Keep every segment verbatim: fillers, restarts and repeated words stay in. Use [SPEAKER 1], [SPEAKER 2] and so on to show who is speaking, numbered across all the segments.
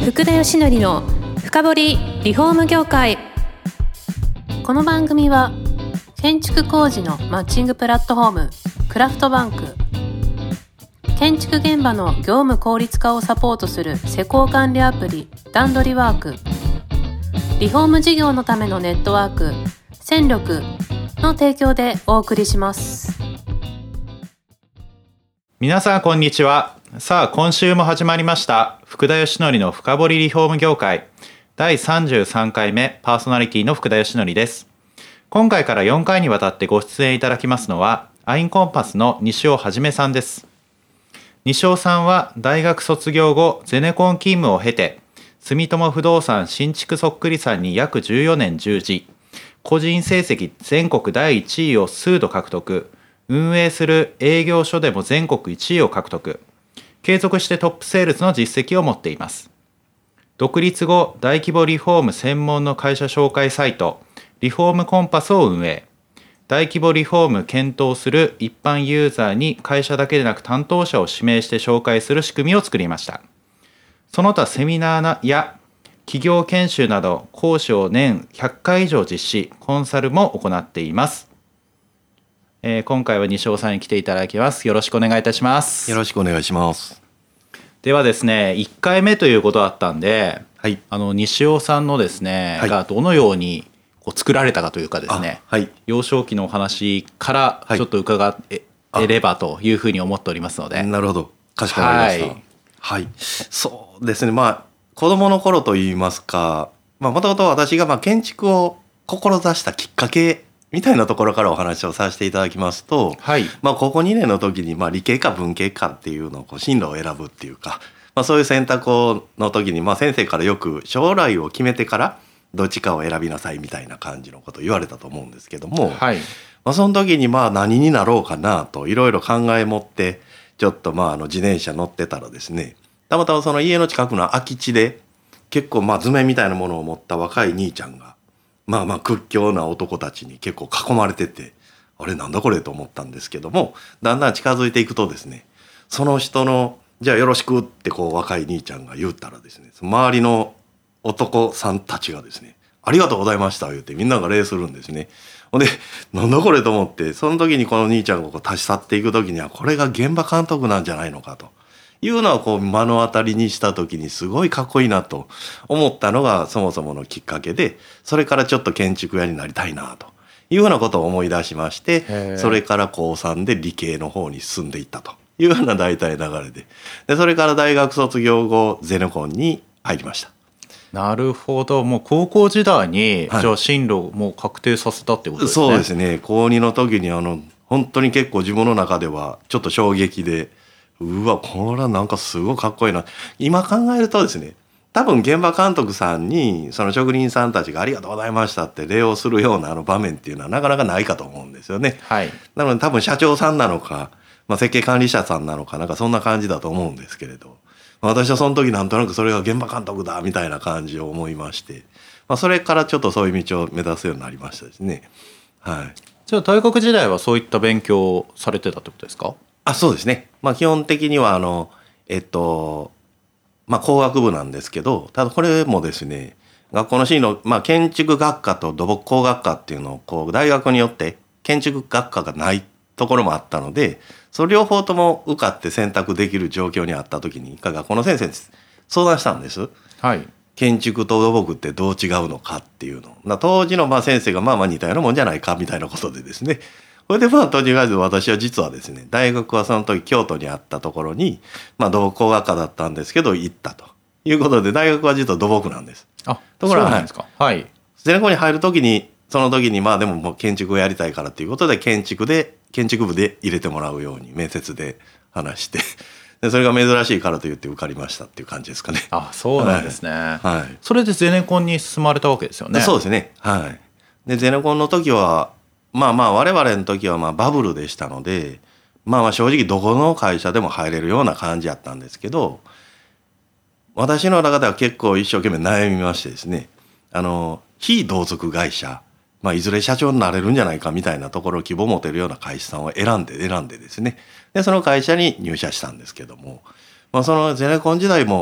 [SPEAKER 1] 福田義則の深掘りリフォーム業界。この番組は建築工事のマッチングプラットフォームクラフトバンク、建築現場の業務効率化をサポートする施工管理アプリ段取りワーク、リフォーム事業のためのネットワーク戦力の提供でお送りします。
[SPEAKER 2] 皆さんこんにちは。さあ今週も始まりました福田義則の深掘りリフォーム業界だいさんじゅうさんかいめ、パーソナリティの福田義則です。今回からよんかいにわたってご出演いただきますのはアインコンパスの西尾はじめさんです。西尾さんは大学卒業後ゼネコン勤務を経て住友不動産新築そっくりさんに約じゅうよねん従事、個人成績全国だいいちいを数度獲得、運営する営業所でも全国いちいを獲得、継続してトップセールスの実績を持っています。独立後、大規模リフォーム専門の会社紹介サイト、リフォームコンパスを運営。大規模リフォーム検討する一般ユーザーに会社だけでなく担当者を指名して紹介する仕組みを作りました。その他セミナーや企業研修など講師を年ひゃっかい以上実施、コンサルも行っています。えー、今回は西尾さんに来ていただきます。よろしくお願いいたします。
[SPEAKER 3] よろしくお願いします。
[SPEAKER 2] ではですね、いっかいめということだったんで、はい、あの西尾さんのですね、はい、がどのようにこう作られたかというかですね、はい、幼少期のお話からちょっと伺えればというふうに思っておりますので。
[SPEAKER 3] なるほど、かしこまりました。はい、はい、そうですね、まあ子供の頃といいますか、もともと私がまあ建築を志したきっかけみたいなところからお話をさせていただきますと、はい、まあ高校にねんの時にまあ理系か文系かっていうのをこう進路を選ぶっていうか、まあ、そういう選択の時にまあ先生からよく将来を決めてからどっちかを選びなさいみたいな感じのことを言われたと思うんですけども、はい、まあ、その時にまあ何になろうかなといろいろ考え持ってちょっとまああの自転車乗ってたらですね、たまたまその家の近くの空き地で結構まあ図面みたいなものを持った若い兄ちゃんがまあまあ屈強な男たちに結構囲まれてて、あれなんだこれと思ったんですけども、だんだん近づいていくとですね、その人のじゃあよろしくってこう若い兄ちゃんが言ったらですね、周りの男さんたちがですね、ありがとうございました言ってみんなが礼するんですね。ほんでなんだこれと思って、その時にこの兄ちゃんがこう立ち去っていく時にはこれが現場監督なんじゃないのかというのをこう目の当たりにした時にすごいかっこいいなと思ったのがそもそものきっかけで、それからちょっと建築家になりたいなというようなことを思い出しまして、それからこうさんで理系の方に進んでいったというような大体流れで、でそれから大学卒業後ゼネコンに入りました。
[SPEAKER 2] なるほど、もう高校時代に、はい、じゃあ進路をもう確定させたってことですね。
[SPEAKER 3] そうですね、高にの時にあの本当に結構自分の中ではちょっと衝撃で、うわこれはなんかすごいかっこいいな。今考えるとですね、多分現場監督さんにその職人さんたちがありがとうございましたって礼をするようなあの場面っていうのはなかなかないかと思うんですよね。はい、なので多分社長さんなのか、まあ、設計管理者さんなのかなんかそんな感じだと思うんですけれど、私はその時なんとなくそれが現場監督だみたいな感じを思いまして、まあ、それからちょっとそういう道を目指すようになりましたですね。はい、
[SPEAKER 2] じゃあ大学時代はそういった勉強をされてたってことですか？
[SPEAKER 3] あ、そうですね。まあ基本的にはあのえっとまあ工学部なんですけど、ただこれもですね、学校の進路、まあ建築学科と土木工学科っていうのをこう大学によって建築学科がないところもあったので、それ両方とも受かって選択できる状況にあった時に学校の先生に相談したんです。はい。建築と土木ってどう違うのかっていうの。当時のまあ先生がまあまあ似たようなもんじゃないかみたいなことでですね。それでまあとりあえず私は実はですね、大学はその時京都にあったところにまあ土木工学科だったんですけど行ったということで、大学は実は土木なんです。
[SPEAKER 2] あ、ところがなんですか。はい。
[SPEAKER 3] ゼネコンに入る時にその時にまあでももう建築をやりたいからということで建築で建築部で入れてもらうように面接で話して、でそれが珍しいからと言って受かりましたっていう感じですかね。
[SPEAKER 2] あ、そうなんですね。はい。はい、それでゼネコンに進まれたわけですよね。
[SPEAKER 3] そうですね。はい。でゼネコンの時はまあまあ我々の時はまあバブルでしたので、まあまあ正直どこの会社でも入れるような感じやったんですけど、私の中では結構一生懸命悩みましてですね、あの非同族会社、まあいずれ社長になれるんじゃないかみたいなところを希望を持てるような会社さんを選んで選んでですね、でその会社に入社したんですけども、まあそのゼネコン時代も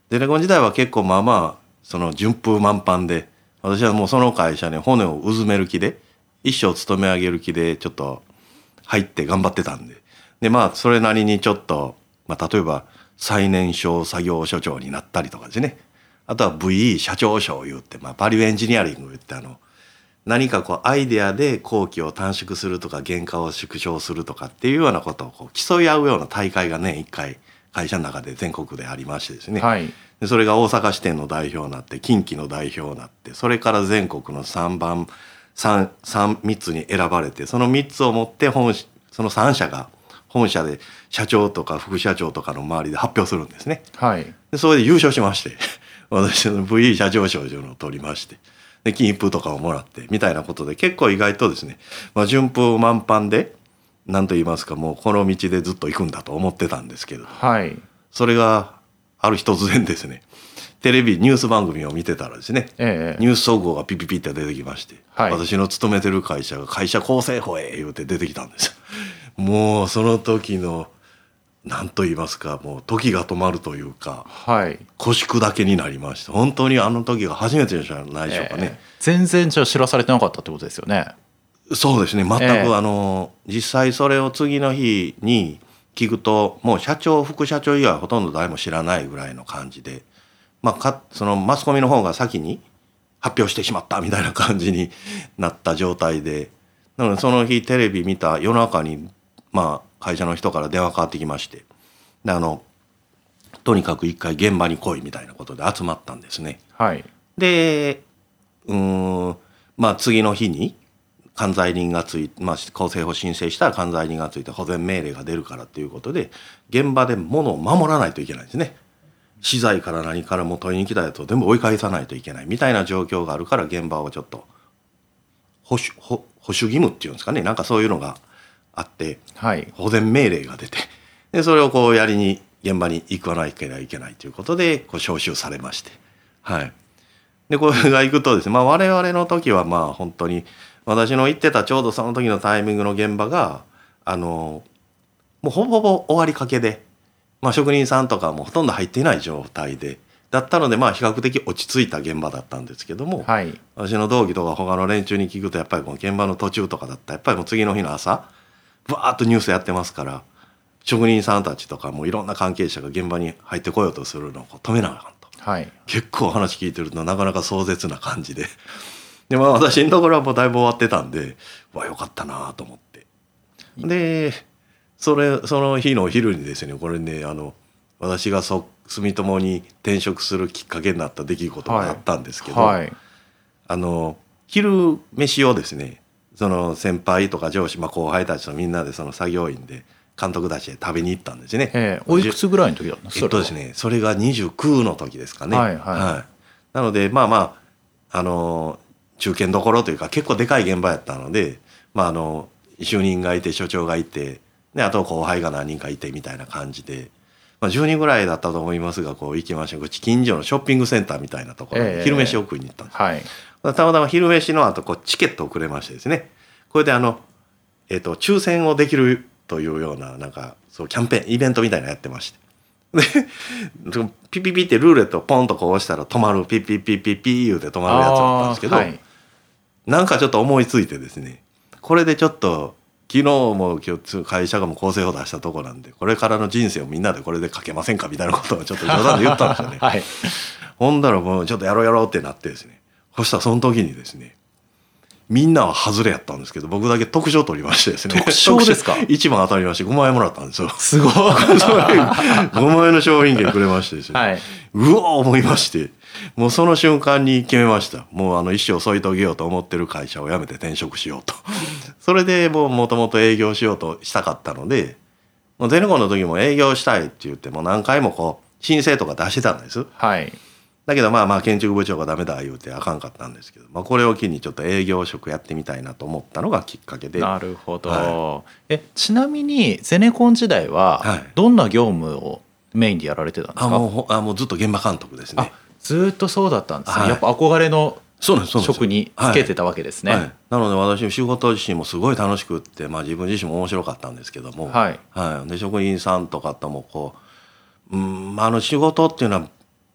[SPEAKER 3] ゼネコン時代は結構まあまあその順風満帆で、私はもうその会社に骨をうずめる気で一生勤め上げる気でちょっと入って頑張ってたんで、でまあそれなりにちょっと、まあ、例えば最年少作業所長になったりとかですね、あとは ブイイー 社長賞を言って、まあ、バリューエンジニアリングを言って、あの何かこうアイデアで工期を短縮するとか原価を縮小するとかっていうようなことをこう競い合うような大会が年いっかい会社の中で全国でありましてですね、
[SPEAKER 2] はい、
[SPEAKER 3] でそれが大阪支店の代表になって近畿の代表になって、それから全国のさんばん 3, 3, 3つに選ばれて、そのみっつを持って本そのさん社が本社で社長とか副社長とかの周りで発表するんですね。
[SPEAKER 2] はい、
[SPEAKER 3] でそれで優勝しまして私の ブイイー 社長賞を取りまして、で金封とかをもらってみたいなことで、結構意外とですね、まあ、順風満帆で何と言いますか、もうこの道でずっと行くんだと思ってたんですけど、
[SPEAKER 2] はい、
[SPEAKER 3] それがある日突然ですね、テレビニュース番組を見てたらですね、
[SPEAKER 2] ええ、
[SPEAKER 3] ニュース速報がピピピって出てきまして、
[SPEAKER 2] はい、
[SPEAKER 3] 私の勤めてる会社が会社構成法へ言うて出てきたんですよ。もうその時の何と言いますか、もう時が止まるというか、
[SPEAKER 2] はい、
[SPEAKER 3] 腰砕けになりました。本当にあの時が初めてじゃないでしょうかね。
[SPEAKER 2] えー、全然じゃあ知らされてなかったってことですよね。
[SPEAKER 3] そうですね、全く、
[SPEAKER 2] えー、
[SPEAKER 3] あの実際それを次の日に聞くと、もう社長副社長以外はほとんど誰も知らないぐらいの感じで、まあ、かそのマスコミの方が先に発表してしまったみたいな感じになった状態で、なのでその日テレビ見た夜中に、まあ、会社の人から電話かかってきまして、であのとにかく一回現場に来いみたいなことで集まったんですね。
[SPEAKER 2] はい、
[SPEAKER 3] でうーんまあ次の日に管財人がついて、まあ、公正法申請したら管財人がついて保全命令が出るからということで、現場で物を守らないといけないんですね。資材から何からも問いに来たやつを全部追い返さないといけないみたいな状況があるから、現場をちょっと保守、保守義務っていうんですかね、なんかそういうのがあって、
[SPEAKER 2] はい、
[SPEAKER 3] 保全命令が出て、でそれをこうやりに現場に行かなきゃいけないということでこう招集されまして、はい、でこれが行くとですね、まあ、我々の時はまあ本当に私の行ってたちょうどその時のタイミングの現場があのもうほぼほぼ終わりかけで、まあ、職人さんとかもほとんど入っていない状態でだったので、まあ比較的落ち着いた現場だったんですけども、
[SPEAKER 2] はい、
[SPEAKER 3] 私の同期とか他の連中に聞くと、やっぱりこの現場の途中とかだったらやっぱりもう次の日の朝バーッとニュースやってますから、職人さんたちとかもいろんな関係者が現場に入ってこようとするのをこう止めなあかんと、
[SPEAKER 2] はい、
[SPEAKER 3] 結構話聞いてるとなかなか壮絶な感じでで、まあ、私のところはもうだいぶ終わってたんで、わよかったなと思って、でそれその日のお昼にですね、これね、あの私がそ住友に転職するきっかけになった出来事があったんですけど、
[SPEAKER 2] はいはい、
[SPEAKER 3] あの昼飯をですね、その先輩とか上司、まあ、後輩たちとみんなでその作業員で監督たちで食べに行ったんですね。
[SPEAKER 2] えー、おいくつぐらいの時だったんですか。
[SPEAKER 3] えっとですね、それがにじゅうきゅうの時ですかね。
[SPEAKER 2] はいはい
[SPEAKER 3] はい、なのでまあまああの中堅どころというか結構でかい現場やったので、まあ、あの就任がいて所長がいて、であと後輩が何人かいてみたいな感じで、まあ、じゅうにんぐらいだったと思いますが、こう行きました。近所のショッピングセンターみたいなところに昼飯を食いに行ったんです、
[SPEAKER 2] えーはい、
[SPEAKER 3] たまたま昼飯の後こうチケットをくれましてですね、これであの、えー、と抽選をできるというようななんかそうキャンペーンイベントみたいなのやってまして、でピピピってルーレットをポンとこう押したら止まる、ピピピピピ言うて止まるやつだったんですけど、はい、なんかちょっと思いついてですね、これでちょっと昨日も今日会社がもう構成法出したとこなんで、これからの人生をみんなでこれでかけませんかみたいなことをちょっと冗談で言ったんですよね。はい、ほんだらもうちょっとやろうやろうってなってですね、そしたらその時にですね、みんなは外れやったんですけど、僕だけ特賞取りましてですね。
[SPEAKER 2] 特賞ですか。
[SPEAKER 3] いちばん当たりましてごまんえんもらったんですよ。
[SPEAKER 2] すごい。
[SPEAKER 3] ごまんえんの商品券くれましてですね、はい、うわ思いまして、もうその瞬間に決めました。もうあの一生添い遂げようと思ってる会社を辞めて転職しようと。それでもうもともと営業しようとしたかったので、もうゼネコンの時も営業したいって言ってもう何回もこう申請とか出してたんです。はい。だけどまあまあ建築部長がダメだ言うてあかんかったんですけど、まあ、これを機にちょっと営業職やってみたいなと思ったのがきっかけで。
[SPEAKER 2] なるほど、はい、えちなみにゼネコン時代はどんな業務をメインでやられてたんですか。
[SPEAKER 3] あもうあもうずっと現場監督ですね。
[SPEAKER 2] あずっとそうだったんですね、はい、やっぱ憧れの職につけてたわけですね。
[SPEAKER 3] はいはい、なので私仕事自身もすごい楽しくって、まあ、自分自身も面白かったんですけども、はいはい、で職員さんとかともこう、うん、あの仕事っていうのは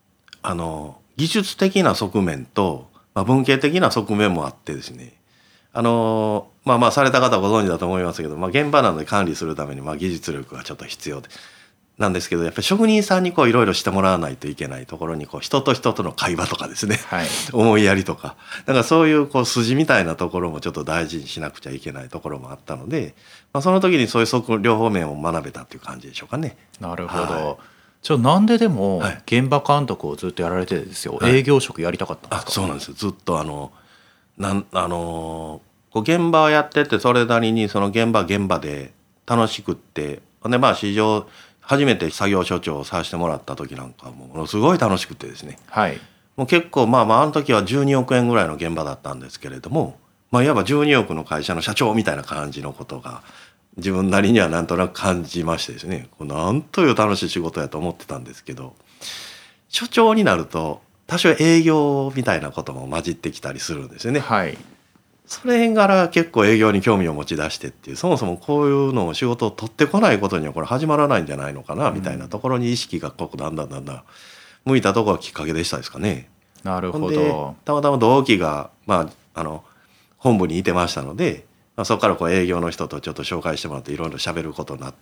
[SPEAKER 3] あの技術的な側面と、まあ、文系的な側面もあってですね、あのまあまあされた方はご存知だと思いますけど、まあ、現場なので管理するためにまあ技術力がちょっと必要でなんですけど、やっぱり職人さんにこういろいろしてもらわないといけないところにこう人と人との会話とかですね、
[SPEAKER 2] はい、
[SPEAKER 3] 思いやりとか、だからそういうこう筋みたいなところもちょっと大事にしなくちゃいけないところもあったので、まあ、その時にそういう側両方面を学べたっていう感じでしょうかね。
[SPEAKER 2] なるほど、
[SPEAKER 3] はい、
[SPEAKER 2] じゃあなんででも
[SPEAKER 3] はい
[SPEAKER 2] 現場監督をずっとやられてですよ、
[SPEAKER 3] はい、
[SPEAKER 2] 営業職やりたかったんですか？
[SPEAKER 3] あ、そうなんですよ。ずっとあのなんあのこう現場をやってて、それなりにその現場現場で楽しくって、でまあ市場初めて作業所長をさせてもらった時なんかもものすごい楽しくてですね、
[SPEAKER 2] はい、
[SPEAKER 3] もう結構まあまああの時はじゅうにおくえんぐらいの現場だったんですけれども、まあいわばじゅうにおくの会社の社長みたいな感じのことが自分なりにはなんとなく感じましてですね、こうなんという楽しい仕事やと思ってたんですけど、所長になると多少営業みたいなことも混じってきたりするんですよね。
[SPEAKER 2] はい、
[SPEAKER 3] それから結構営業に興味を持ち出してっていう、そもそもこういうのを仕事を取ってこないことにはこれ始まらないんじゃないのかなみたいなところに意識がこうだんだんだんだん向いたところがきっかけでしたですかね。
[SPEAKER 2] なるほ
[SPEAKER 3] ほんで
[SPEAKER 2] ど。
[SPEAKER 3] たまたま同期が、まあ、あの本部にいてましたので、まあ、そこからこう営業の人とちょっと紹介してもらっていろいろ喋ることになって、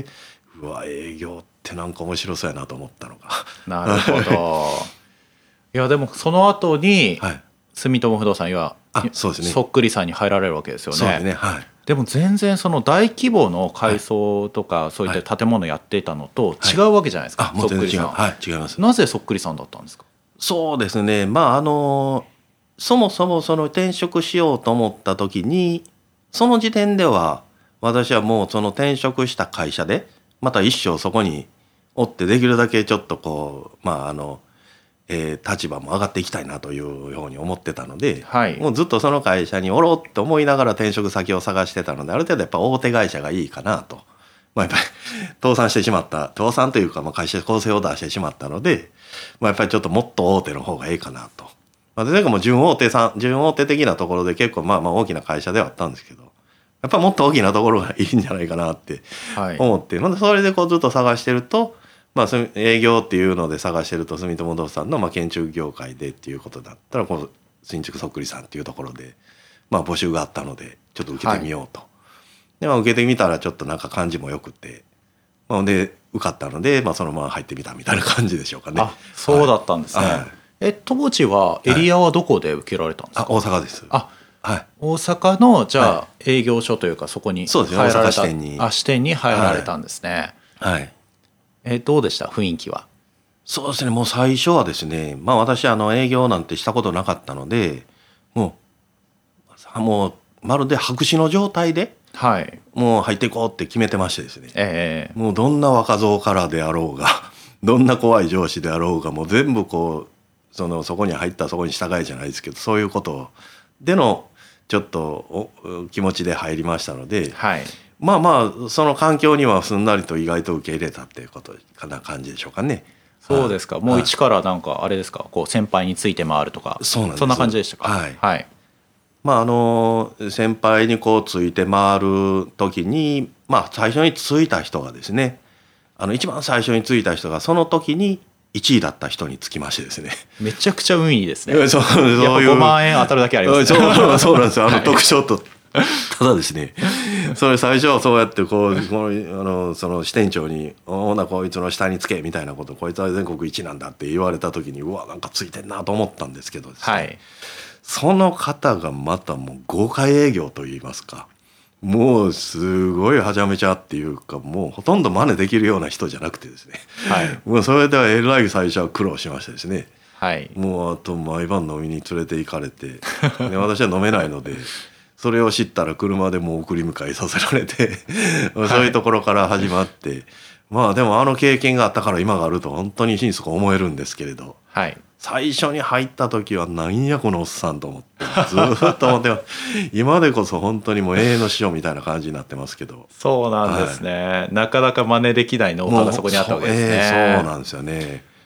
[SPEAKER 3] うわ営業ってなんか面白そうやなと思ったのが。
[SPEAKER 2] なるほどいやでもその後に、
[SPEAKER 3] はい、
[SPEAKER 2] 住友不動産は
[SPEAKER 3] あそうですね、
[SPEAKER 2] そっくりさんに入られるわけですよね。
[SPEAKER 3] そうですね、はい、
[SPEAKER 2] でも全然その大規模の改装とかそういった建物やっていたのと違うわけじゃないですか、
[SPEAKER 3] はい、あもう全然違う、
[SPEAKER 2] そっくりさん、
[SPEAKER 3] はい、違います。
[SPEAKER 2] なぜそっくりさんだったんですか？
[SPEAKER 3] そうですね、まああのそもそもその転職しようと思った時に、その時点では私はもうその転職した会社でまた一生そこにおってできるだけちょっとこうまああの、えー、立場も上がっていきたいなというように思ってたので、
[SPEAKER 2] はい、
[SPEAKER 3] もうずっとその会社におろうと思いながら転職先を探してたので、ある程度やっぱ大手会社がいいかなと、まあ、やっぱり倒産してしまった倒産というかまあ会社構成を出してしまったので、まあ、やっぱりちょっともっと大手の方がいいかなと。まあ、でも準大手さん準大手的なところで結構まあまあ大きな会社ではあったんですけど、やっぱもっと大きなところがいいんじゃないかなって思って、はい、それでこうずっと探してると、まあ、営業っていうので探してると住友不動産のまあ建築業界でっていうことだったらこの新築そっくりさんっていうところでまあ募集があったのでちょっと受けてみようと、はい、でまあ、受けてみたらちょっとなんか感じもよくて、まあ、で受かったので、まあ、そのまま入ってみたみたいな感じでしょうかね。
[SPEAKER 2] あ、そうだったんですね。はい、え当時はエリアはどこで受けられたんですか？
[SPEAKER 3] はい、あ大阪です。
[SPEAKER 2] あ、
[SPEAKER 3] はい、
[SPEAKER 2] 大阪のじゃあ営業所というかそこに入られた、
[SPEAKER 3] そうですね、大阪支店に
[SPEAKER 2] あ支店に入られたんですね。
[SPEAKER 3] はい、はい、
[SPEAKER 2] えどうでした雰囲気は？
[SPEAKER 3] そうですね、もう最初はですね、まあ私あの営業なんてしたことなかったので、もうもうまるで白紙の状態で、はい、もう入っていこうって決めてましてですね、えー、もうどんな若造からであろうがどんな怖い上司であろうがもう全部こうそのそこに入ったそこに従いじゃないですけど、そういうことでのちょっと気持ちで入りましたので、はい、まあまあその環境にはすんなりと意外と受け入れたっていうことかな感じでしょうかね。
[SPEAKER 2] そうですか、もう一からなんかあれですか、こう先輩について回るとか、
[SPEAKER 3] そうなんです、
[SPEAKER 2] そんな感じでしたか？
[SPEAKER 3] はい、
[SPEAKER 2] はい、
[SPEAKER 3] まああの先輩にこうついて回る時に、まあ最初についた人がですね、あの一番最初についた人がその時にいちいだった人につきましてですね、
[SPEAKER 2] めちゃくちゃ運いいですね。
[SPEAKER 3] そうそういう
[SPEAKER 2] やっぱごまんえん当たるだけありますね。
[SPEAKER 3] そうそうなんですよ、あの特徴と、はい、ただですね、それ最初はそうやってこうこのあのその支店長に「ほなこいつの下につけ」みたいなこと、こいつは全国一なんだって言われた時に、うわなんかついてんなと思ったんですけどですね、はい、その方がまたもう豪快営業といいますか、もうすごいはちゃめちゃっていうか、もうほとんど真似できるような人じゃなくてですね、はい、もうそれではえらい最初は苦労しましてですね、はい、もうあと毎晩飲みに連れて行かれてで私は飲めないのでそれを知ったら車でもう送り迎えさせられてそういうところから始まって、はい、まあでもあの経験があったから今があると本当に心底思えるんですけれど、はい、最初に入った時はなんやこのおっさんと思ってずっと思ってます今でこそ本当にもう永遠の師匠みたいな感じになってますけど。
[SPEAKER 2] そうなんですね、はい、なかなか真似できないノウハウがそこにあったわけですね。
[SPEAKER 3] えー、そうなんですよね。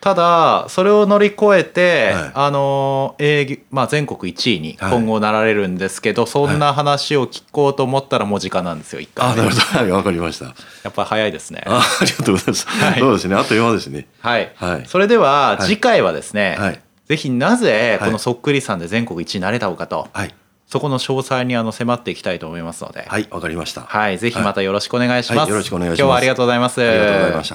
[SPEAKER 2] ただそれを乗り越えて、
[SPEAKER 3] はい
[SPEAKER 2] あの営業、まあ、全国いちいに今後なられるんですけど、はい、そんな話を聞こうと思ったらもう時間なんですよ。いっかい
[SPEAKER 3] あ、なるほど、はい、わかりました。
[SPEAKER 2] やっぱり早いですね。
[SPEAKER 3] あ、ありがとうございます、はい、そうですね、あっという間ですね。
[SPEAKER 2] はい、
[SPEAKER 3] はい、
[SPEAKER 2] それでは次回はですね、
[SPEAKER 3] はい、
[SPEAKER 2] ぜひなぜこのそっくりさんで全国いちいになれたのかと、
[SPEAKER 3] はい、そ
[SPEAKER 2] この詳細にあの迫っていきたいと思いますので、
[SPEAKER 3] はい、わかりました。
[SPEAKER 2] はい、ぜひまたよろしくお願いします。
[SPEAKER 3] はい、よろしくお願いします。
[SPEAKER 2] 今日はありがとうございます。
[SPEAKER 3] ありがとうございました。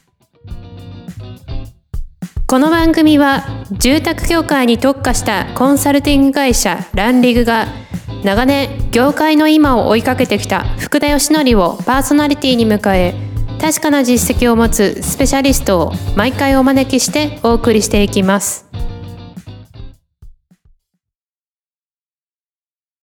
[SPEAKER 1] この番組は住宅業界に特化したコンサルティング会社ランリグが長年業界の今を追いかけてきた福田義則をパーソナリティに迎え、確かな実績を持つスペシャリストを毎回お招きしてお送りしていきます。